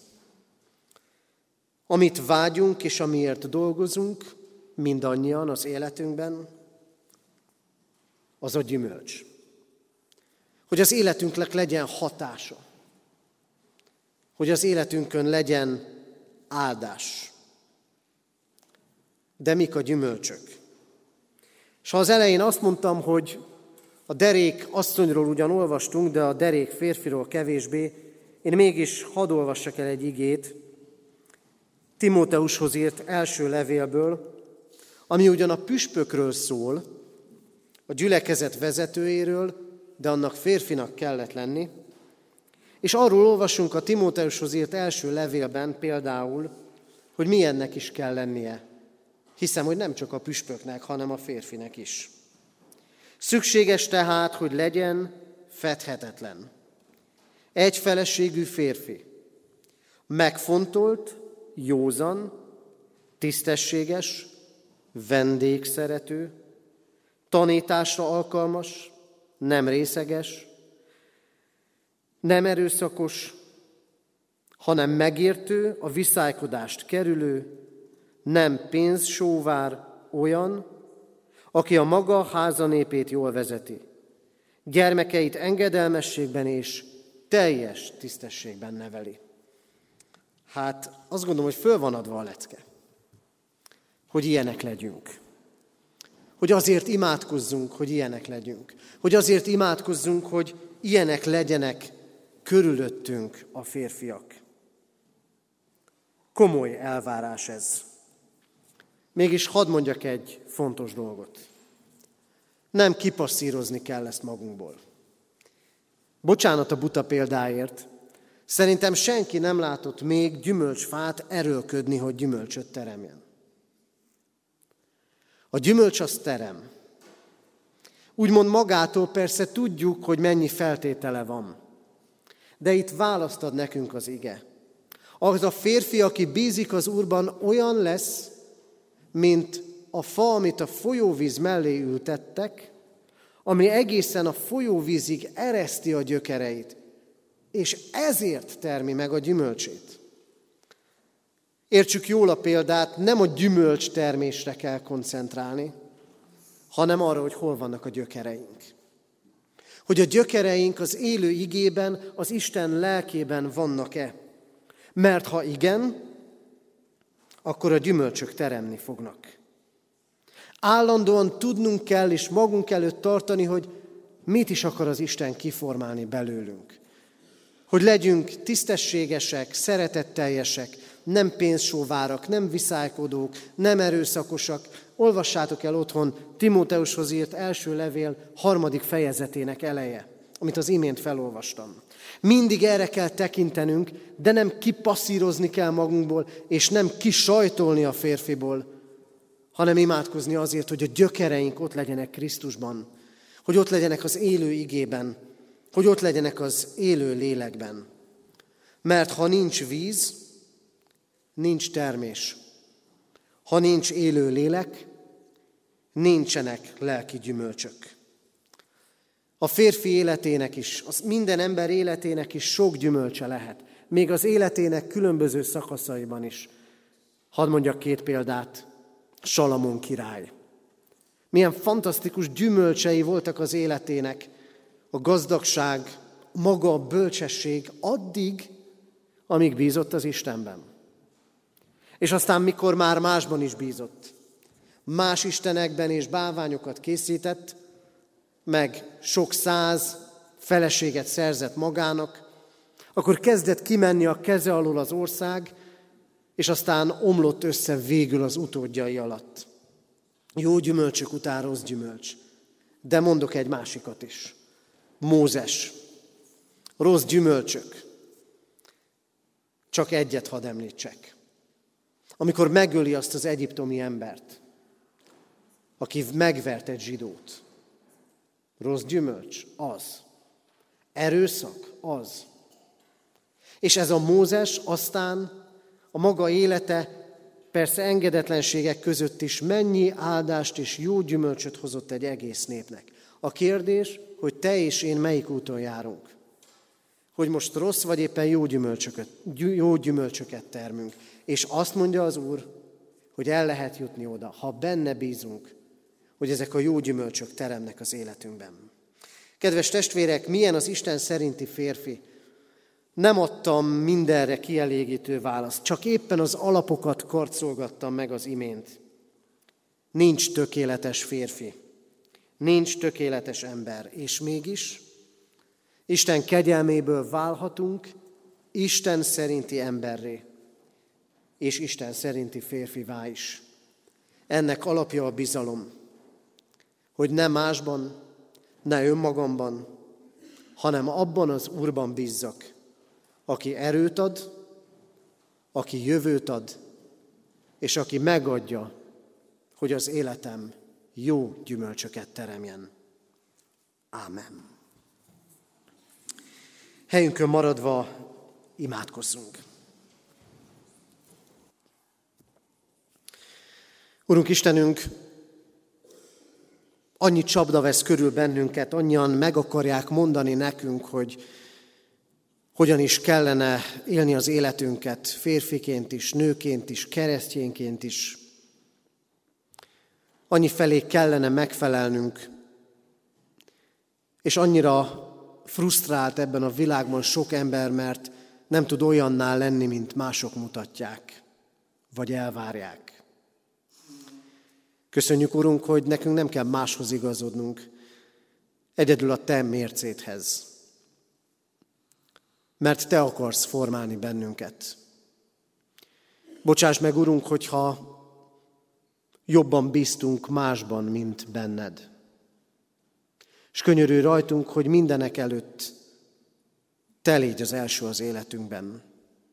Amit vágyunk és amiért dolgozunk, mindannyian az életünkben, az a gyümölcs. Hogy az életünknek legyen hatása. Hogy az életünkön legyen áldás. De mik a gyümölcsök? És ha az elején azt mondtam, hogy A derék asszonyról ugyan olvastunk, de a derék férfiról kevésbé. Én mégis hadd olvassak el egy igét Timóteushoz írt első levélből, ami ugyan a püspökről szól, a gyülekezet vezetőjéről, de annak férfinak kellett lenni. És arról olvasunk a Timóteushoz írt első levélben például, hogy milyennek is kell lennie. Hiszem, hogy nem csak a püspöknek, hanem a férfinek is. Szükséges tehát, hogy legyen fedhetetlen. Egyfeleségű férfi. Megfontolt, józan, tisztességes, vendégszerető, tanításra alkalmas, nem részeges, nem erőszakos, hanem megértő, a viszálykodást kerülő, nem pénzsóvár, olyan, aki a maga házanépét jól vezeti, gyermekeit engedelmességben és teljes tisztességben neveli. Hát azt gondolom, hogy föl van adva a lecke, hogy ilyenek legyünk. Hogy azért imádkozzunk, hogy ilyenek legyünk. Hogy azért imádkozzunk, hogy ilyenek legyenek körülöttünk a férfiak. Komoly elvárás ez. Mégis hadd mondjak egy fontos dolgot. Nem kipasszírozni kell ezt magunkból. Bocsánat a buta példáért, szerintem senki nem látott még gyümölcsfát erőlködni, hogy gyümölcsöt teremjen. A gyümölcs az terem. Úgymond magától persze tudjuk, hogy mennyi feltétele van. De itt választ ad nekünk az ige. Az a férfi, aki bízik az Úrban, olyan lesz, mint a fa, amit a folyóvíz mellé ültettek, ami egészen a folyóvízig ereszti a gyökereit, és ezért termi meg a gyümölcsét. Értsük jól a példát, nem a gyümölcs termésre kell koncentrálni, hanem arra, hogy hol vannak a gyökereink. Hogy a gyökereink az élő igében, az Isten lelkében vannak-e. Mert ha igen, akkor a gyümölcsök teremni fognak. Állandóan tudnunk kell és magunk előtt tartani, hogy mit is akar az Isten kiformálni belőlünk. Hogy legyünk tisztességesek, szeretetteljesek, nem pénzsóvárak, nem viszálykodók, nem erőszakosak. Olvassátok el otthon Timóteushoz írt első levél harmadik fejezetének eleje, amit az imént felolvastam. Mindig erre kell tekintenünk, de nem kipasszírozni kell magunkból, és nem kisajtolni a férfiból, hanem imádkozni azért, hogy a gyökereink ott legyenek Krisztusban, hogy ott legyenek az élő igében, hogy ott legyenek az élő lélekben. Mert ha nincs víz, nincs termés. Ha nincs élő lélek, nincsenek lelki gyümölcsök. A férfi életének is, az minden ember életének is sok gyümölcse lehet. Még az életének különböző szakaszaiban is. Hadd mondjak két példát. Salamon király. Milyen fantasztikus gyümölcsei voltak az életének. A gazdagság, maga a bölcsesség addig, amíg bízott az Istenben. És aztán, mikor már másban is bízott, más istenekben és bálványokat készített, meg sok száz feleséget szerzett magának, akkor kezdett kimenni a keze alól az ország, és aztán omlott össze végül az utódjai alatt. Jó gyümölcsök után rossz gyümölcs. De mondok egy másikat is. Mózes. Rossz gyümölcsök. Csak egyet hadd említsek. Amikor megöli azt az egyiptomi embert, aki megvert egy zsidót. Rossz gyümölcs? Az. Erőszak? Az. És ez a Mózes aztán a maga élete, persze engedetlenségek között is mennyi áldást és jó gyümölcsöt hozott egy egész népnek. A kérdés, hogy te és én melyik úton járunk. Hogy most rossz vagy éppen jó gyümölcsöket, jó gyümölcsöket termünk. És azt mondja az Úr, hogy el lehet jutni oda, ha benne bízunk, hogy ezek a jó gyümölcsök teremnek az életünkben. Kedves testvérek, milyen az Isten szerinti férfi? Nem adtam mindenre kielégítő választ, csak éppen az alapokat karcolgattam meg az imént. Nincs tökéletes férfi. nincs tökéletes ember, és mégis Isten kegyelméből válhatunk Isten szerinti emberré, és Isten szerinti férfivá is. Ennek alapja a bizalom, hogy ne másban, ne önmagamban, hanem abban az Úrban bízzak, aki erőt ad, aki jövőt ad, és aki megadja, hogy az életem jó gyümölcsöket teremjen. Ámen. Helyünkön maradva imádkozzunk. Urunk Istenünk, annyi csapda vesz körül bennünket, annyian meg akarják mondani nekünk, hogy hogyan is kellene élni az életünket férfiként is, nőként is, keresztényként is. Annyi felé kellene megfelelnünk, és annyira frusztrált ebben a világban sok ember, mert nem tud olyanná lenni, mint mások mutatják, vagy elvárják. Köszönjük, Urunk, hogy nekünk nem kell máshoz igazodnunk, egyedül a Te mércédhez. Mert Te akarsz formálni bennünket. Bocsáss meg, Urunk, hogyha jobban bíztunk másban, mint benned. És könyörülj rajtunk, hogy mindenek előtt Te légy az első az életünkben.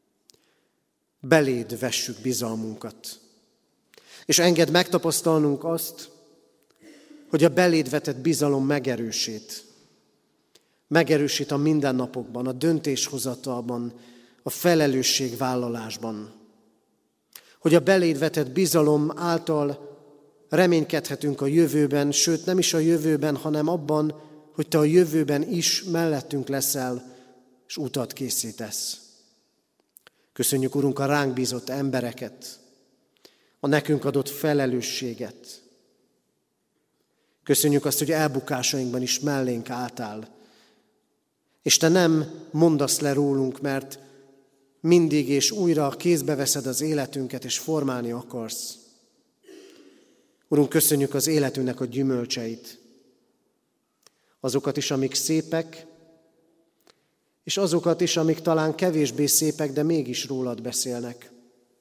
Beléd vessük bizalmunkat. És engedd megtapasztalnunk azt, hogy a beléd vetett bizalom megerősít. Megerősít a mindennapokban, a döntéshozatalban, a felelősségvállalásban. Hogy a beléd vetett bizalom által reménykedhetünk a jövőben, sőt nem is a jövőben, hanem abban, hogy Te a jövőben is mellettünk leszel, és utat készítesz. Köszönjük, Urunk, a ránk bízott embereket, a nekünk adott felelősséget. Köszönjük azt, hogy elbukásainkban is mellénk álltál, és Te nem mondasz le rólunk, mert mindig és újra kézbe veszed az életünket, és formálni akarsz. Urunk, köszönjük az életünknek a gyümölcseit, azokat is, amik szépek, és azokat is, amik talán kevésbé szépek, de mégis rólad beszélnek.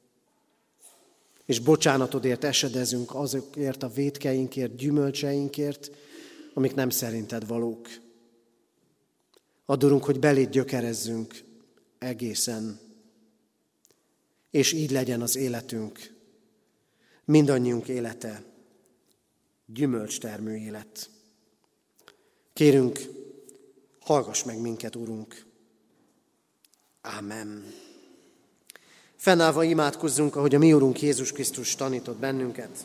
És bocsánatodért esedezünk azokért a vétkeinkért, gyümölcseinkért, amik nem szerinted valók. Add, Urunk, hogy beléd gyökerezzünk egészen, és így legyen az életünk, mindannyiunk élete, gyümölcstermő élet. Kérünk, hallgass meg minket, Urunk. Ámen. Fennállva imádkozzunk, ahogy a mi Urunk Jézus Krisztus tanított bennünket.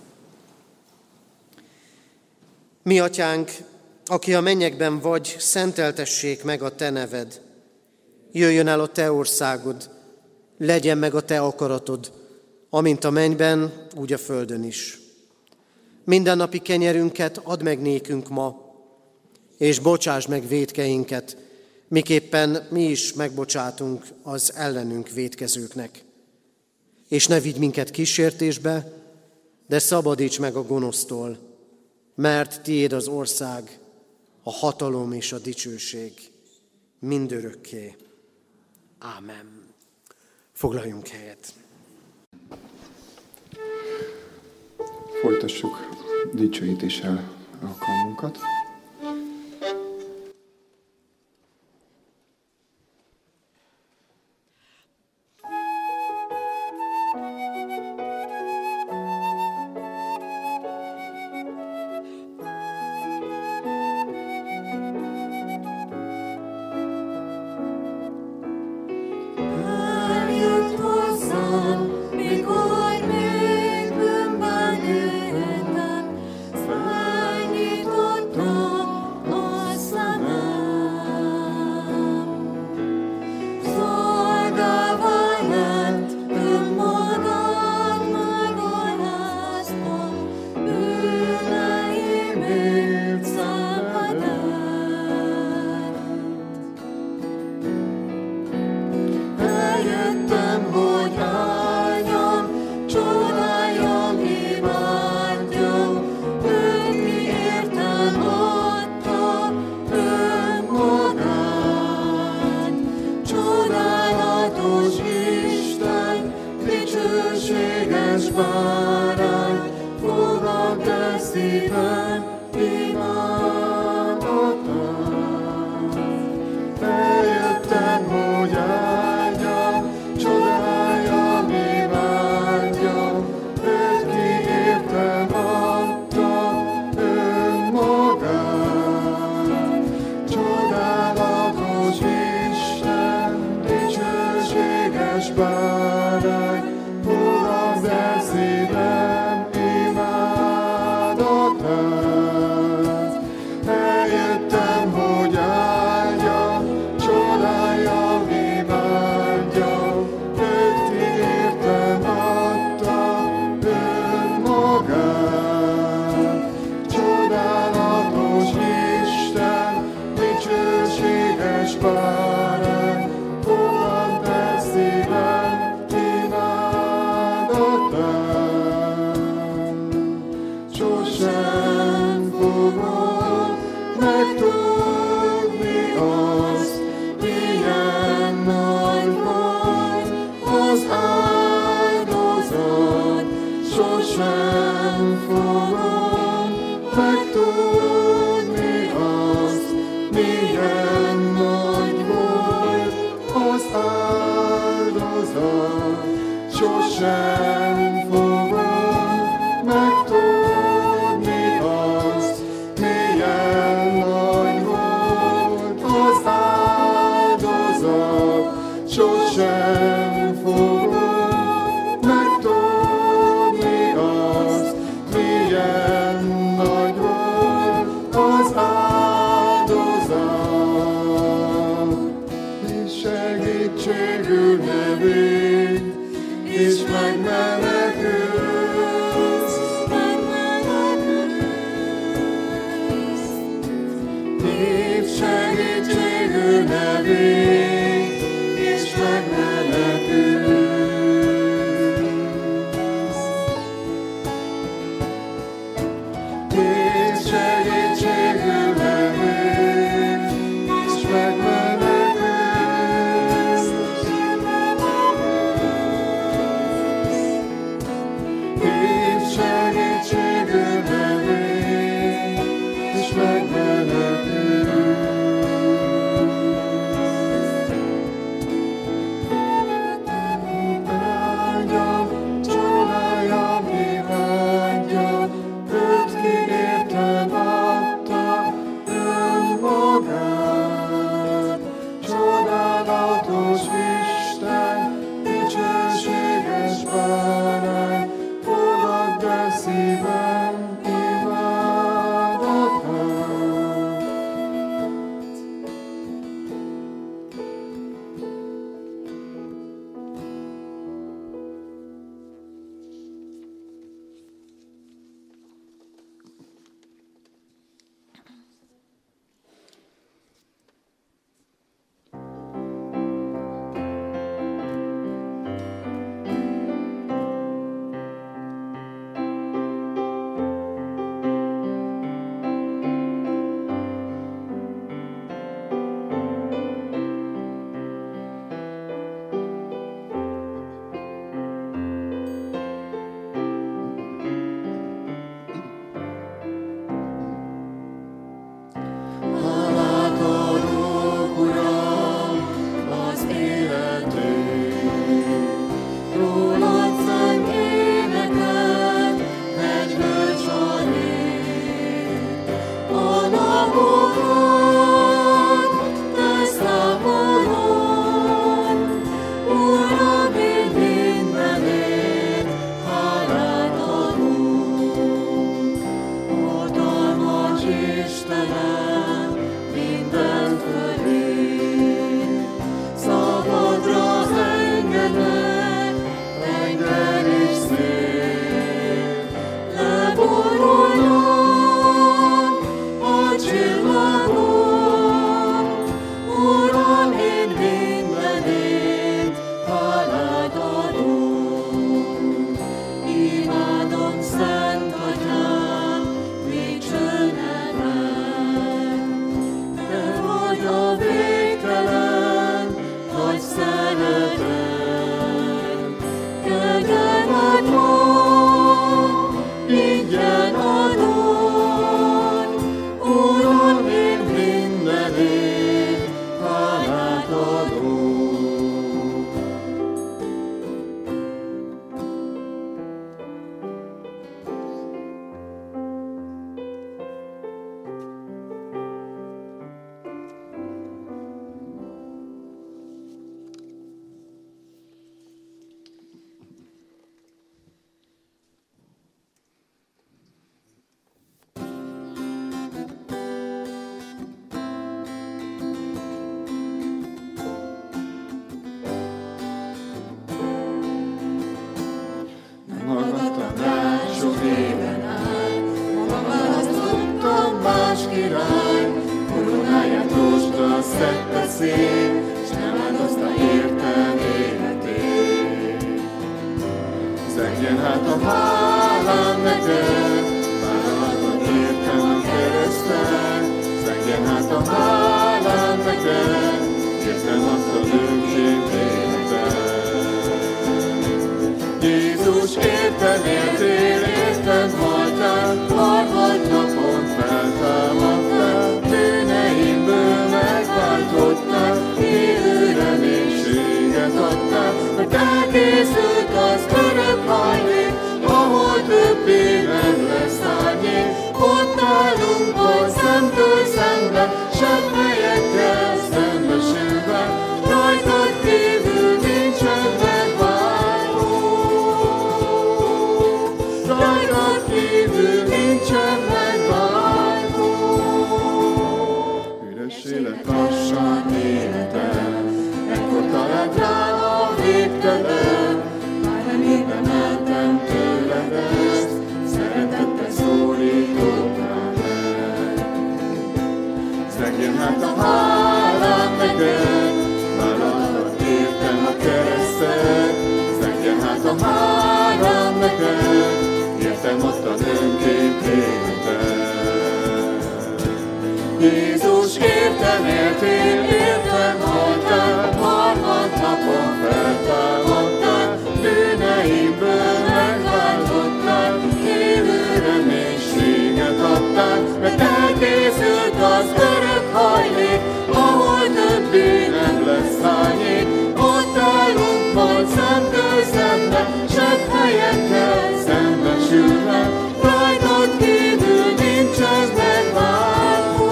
Mi Atyánk, aki a mennyekben vagy, szenteltessék meg a Te neved. Jöjjön el a Te országod, legyen meg a Te akaratod, amint a mennyben, úgy a földön is. Mindennapi kenyerünket add meg nékünk ma, és bocsásd meg vétkeinket, miképpen mi is megbocsátunk az ellenünk vétkezőknek. És ne vigy minket kísértésbe, de szabadíts meg a gonosztól, mert tiéd az ország, a hatalom és a dicsőség mindörökké. Ámen. Foglaljunk helyet. Folytassuk dicsőítéssel alkalmunkat. Eljöttem, hogy álljam bárány, fogadd el szívem imádatát. Eljöttem, hogy áldjam, csodáljam, imádjam, őt ki értem adta önmagát. Csodálatos Isten, dicsőséges bárány, fogadd el szívem imádatát. Eljöttem, hogy áldjam, csodáljam, imádjam, őt ki értem adta önmagát. Csodálatos Isten, dicsőséges bárány, fogadd el szívem imádatát. Sosem fogom megtudni azt, milyen nagy volt az áldozat. Sosem fogom megtudni azt, milyen nagy volt az áldozat. Sosem fogom megtudni azt, milyen nagy volt az áldozat. Sosem fogom megtudni azt, milyen nagy volt az áldozat. És segítségül nevén, és megmenekülsz, megmenekülsz. Hívd segítségül nevén, és megmenekülsz. Hívd segítségül nevén, és megmenekülsz. a hálám neked, vállalatban értem a kereszten, szegjen hát a hálám neked, értem adtad önként életet. Jézus, értem éltél, értem haltál, harmadnapon feltámadtál, bűneimből megváltottál, élő reménységet adtál, mert elkészült az örök hajlék, ahol többé nem lesz árnyék. Ott állunk majd szemtől szembe, sebb helyekkel szembesülve, rajtad kívül nincsen megváltó. Rajtad kívül nincsen megváltó. Üres élet lassan életem, ekkor talált rám a végtelen, már nem érdemeltem tőled ezt, szeretettel szólítottál meg. Szegjen hát a hálám neked, vállalatban értem a keresztet, szegjen hát a hálám neked, értem adtad önként életet. Jézus, értem éltél, értem haltál, harmadnapon feltámadtál, bűneimből megváltottál, élő reménységet adtál, mert elkészült az örök hajlék, ahol többé nem lesz árnyék. Ott állunk majd szemtől szembe, sebb helyekkel szembesülve, rajtad kívül nincsen megváltó.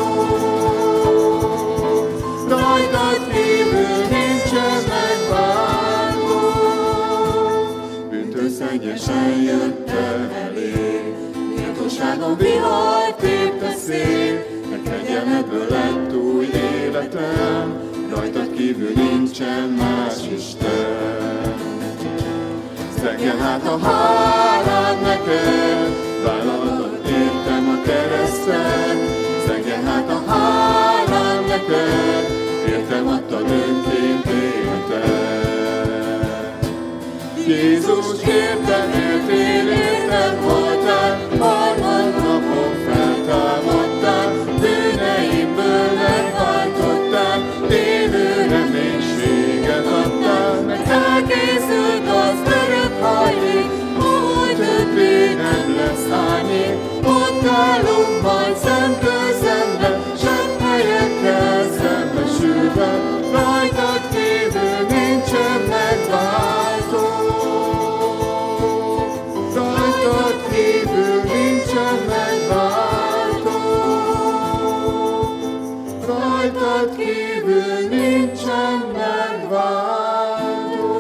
Rajtad kívül nincsen megváltó. Bűntőszennyesen jöttem elé, méltóságon vihar tépte szél, mert kegyelmedből lett új életem, rajtad kívül nincsen más Isten. Szegjen hát a hálám neked, vállalatod értem a kereszten, szegjen hát a hálám neked, értem adtad önként életet. Jézus, értem éltél, értem haltál, harmadnapon feltámadtál, bűneimből megváltottál, élő reménységet adtál, meg elkészült az örök hajlék, ahol többé nem lesz árnyék. Ott állunk majd szemtől szembe, sebb helyekkel szembesülve, rajtad kívül nincsen megváltó. Rajtad kívül nincsen megváltó. Rajtad kívül nincsen megváltó.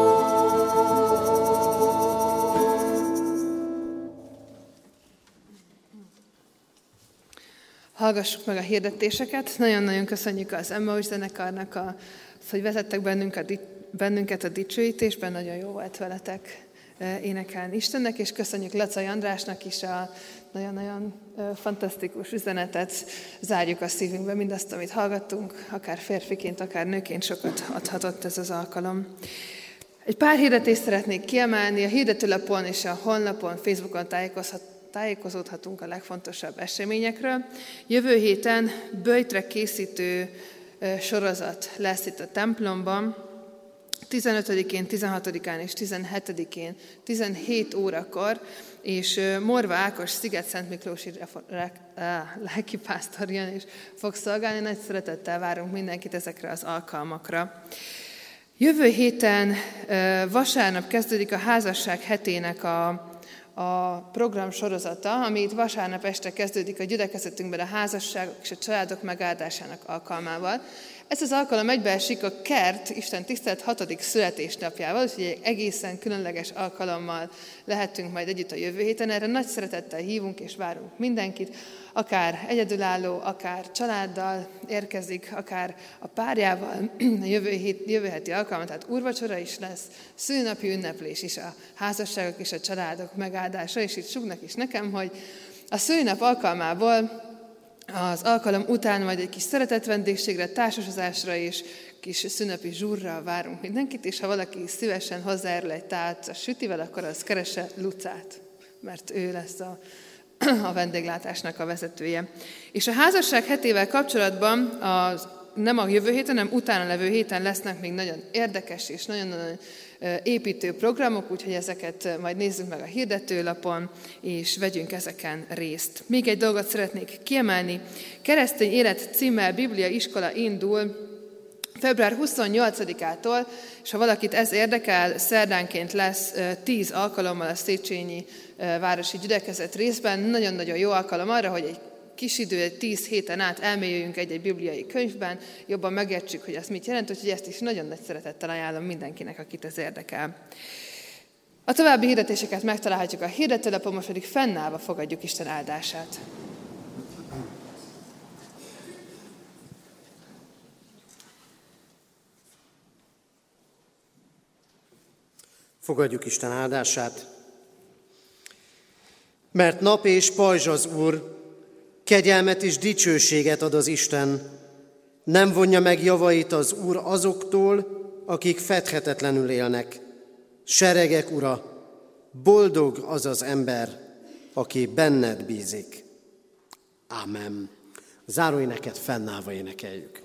Hallgassuk meg a hirdetéseket. Nagyon-nagyon köszönjük az Emmaus zenekarnak, a, hogy vezettek bennünket, bennünket a dicsőítésben. Nagyon jó volt veletek énekelni Istennek, és köszönjük Lacai Andrásnak is a nagyon-nagyon fantasztikus üzenetet. Zárjuk a szívünkbe mindazt, amit hallgattunk, akár férfiként, akár nőként sokat adhatott ez az alkalom. Egy pár hirdetést szeretnék kiemelni. A hirdetőlapon és a honlapon, Facebookon tájékozhat tájékozódhatunk a legfontosabb eseményekről. Jövő héten böjtre készítő sorozat lesz itt a templomban. tizenötödikén, tizenhatodikán és tizenhetedikén tizenhét órakor, és Morva Ákos Sziget-Szent Miklósi lelkipásztor jön és fog szolgálni. Nagy szeretettel várunk mindenkit ezekre az alkalmakra. Jövő héten vasárnap kezdődik a házasság hetének a a program sorozata, ami itt vasárnap este kezdődik a gyülekezetünkben a házasságok és a családok megáldásának alkalmával. Ez az alkalom egybeesik a Kert Isten tisztelet hatodik születésnapjával, úgyhogy egy egészen különleges alkalommal lehetünk majd együtt a jövő héten. Erre nagy szeretettel hívunk és várunk mindenkit, akár egyedülálló, akár családdal érkezik, akár a párjával. A jövő, hét, jövő heti alkalom, tehát úrvacsora is lesz, szülinapi ünneplés is, a házasságok és a családok megáldása, és itt sugnak is nekem, hogy a szülinap alkalmából az alkalom után majd egy kis szeretett vendégségre, társasozásra és kis szünnepi zsúrral várunk mindenkit, és ha valaki szívesen hozzájárul egy tálca sütivel, akkor az keresse Lucát, mert ő lesz a, a vendéglátásnak a vezetője. És a házasság hetével kapcsolatban az, nem a jövő héten, hanem utána levő héten lesznek még nagyon érdekes és nagyon-nagyon építő programok, úgyhogy ezeket majd nézzük meg a hirdetőlapon, és vegyünk ezeken részt. Még egy dolgot szeretnék kiemelni. Keresztény Élet címmel Biblia iskola indul február huszonnyolcadikától, és ha valakit ez érdekel, szerdánként lesz tíz alkalommal a Széchenyi városi gyülekezet részben. Nagyon-nagyon jó alkalom arra, hogy egy kis idő, egy tíz héten át elmélyüljünk egy-egy bibliai könyvben, jobban megértsük, hogy ez mit jelent, úgyhogy ezt is nagyon nagy szeretettel ajánlom mindenkinek, akit ez érdekel. A további hirdetéseket megtalálhatjuk a hirdetőlapon, most pedig fennállva fogadjuk Isten áldását. Fogadjuk Isten áldását. Mert nap és pajzs az Úr, kegyelmet és dicsőséget ad az Isten, nem vonja meg javait az Úr azoktól, akik fedhetetlenül élnek. Seregek Ura, boldog az az ember, aki benned bízik. Ámen. Záróéneket fennállva énekeljük.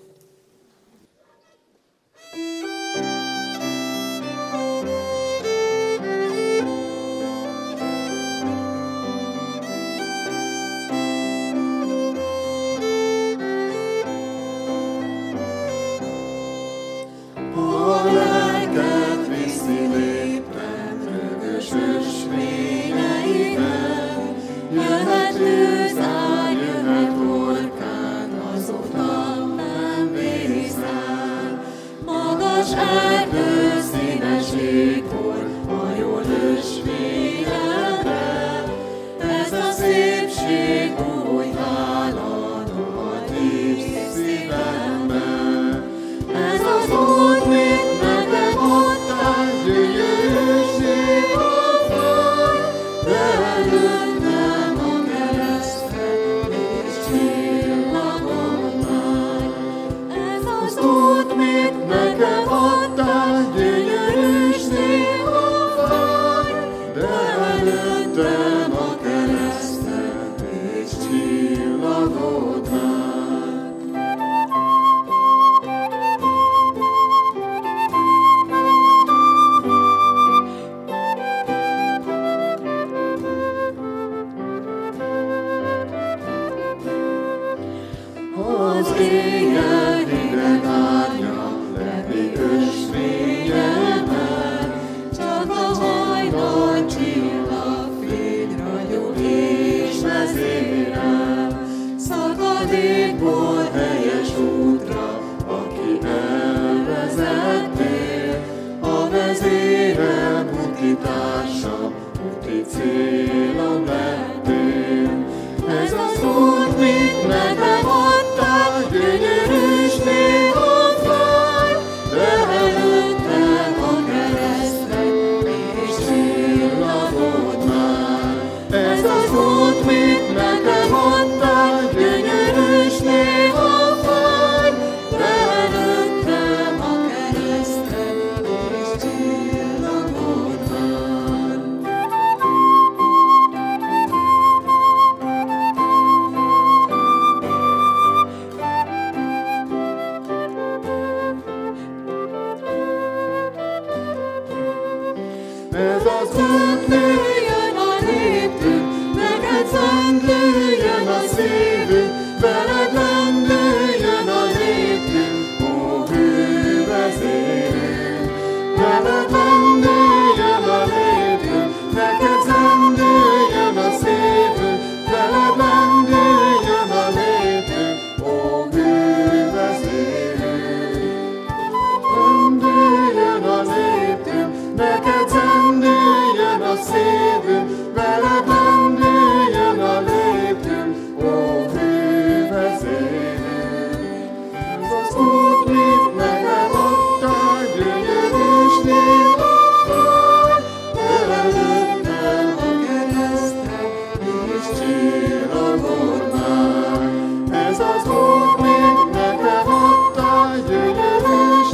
Ez az út, mit nekem adtál, gyönyörűs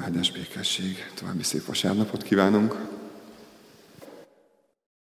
Áldás békesség, további szép vasárnapot kívánunk!